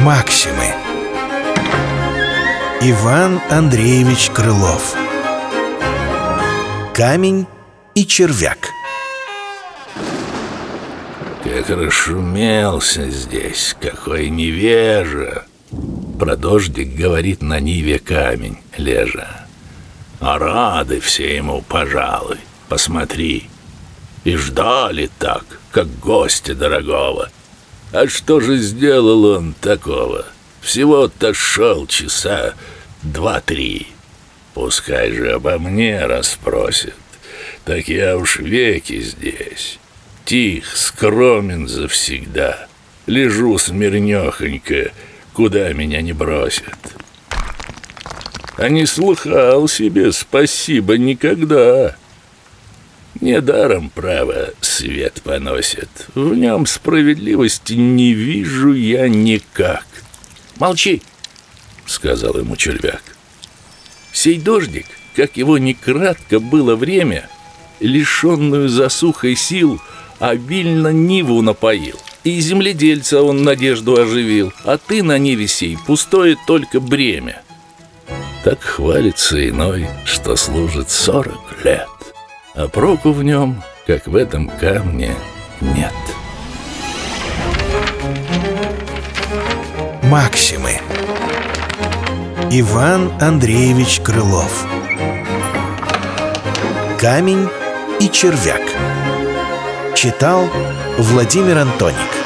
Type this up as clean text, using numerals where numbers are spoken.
Максимы. Иван Андреевич Крылов. Камень и червяк. Как расшумелся здесь, какой невежа! Про дождик говорит на ниве камень лежа. А рады все ему, пожалуй, посмотри. И ждали так, как гостя дорогого. А что же сделал он такого? Всего-то шел часа 2-3. Пускай же обо мне расспросит. Так я уж веки здесь. Тих, скромен завсегда. Лежу смирнёхонько, куда меня не бросят. А не слыхал себе спасибо никогда. Недаром, право, свет поносит. В нем справедливости не вижу я никак. «Молчи!» — сказал ему червяк. Сей дождик, как его ни кратко было время, лишенную засухой сил, обильно ниву напоил. И земледельца он надежду оживил, а ты на ниве сей пустое только бремя. Так хвалится иной, что служит 40 лет, а проку в нем, как в этом камне, нет. Максимы. Иван Андреевич Крылов. Камень и червяк. Читал Владимир Антоник.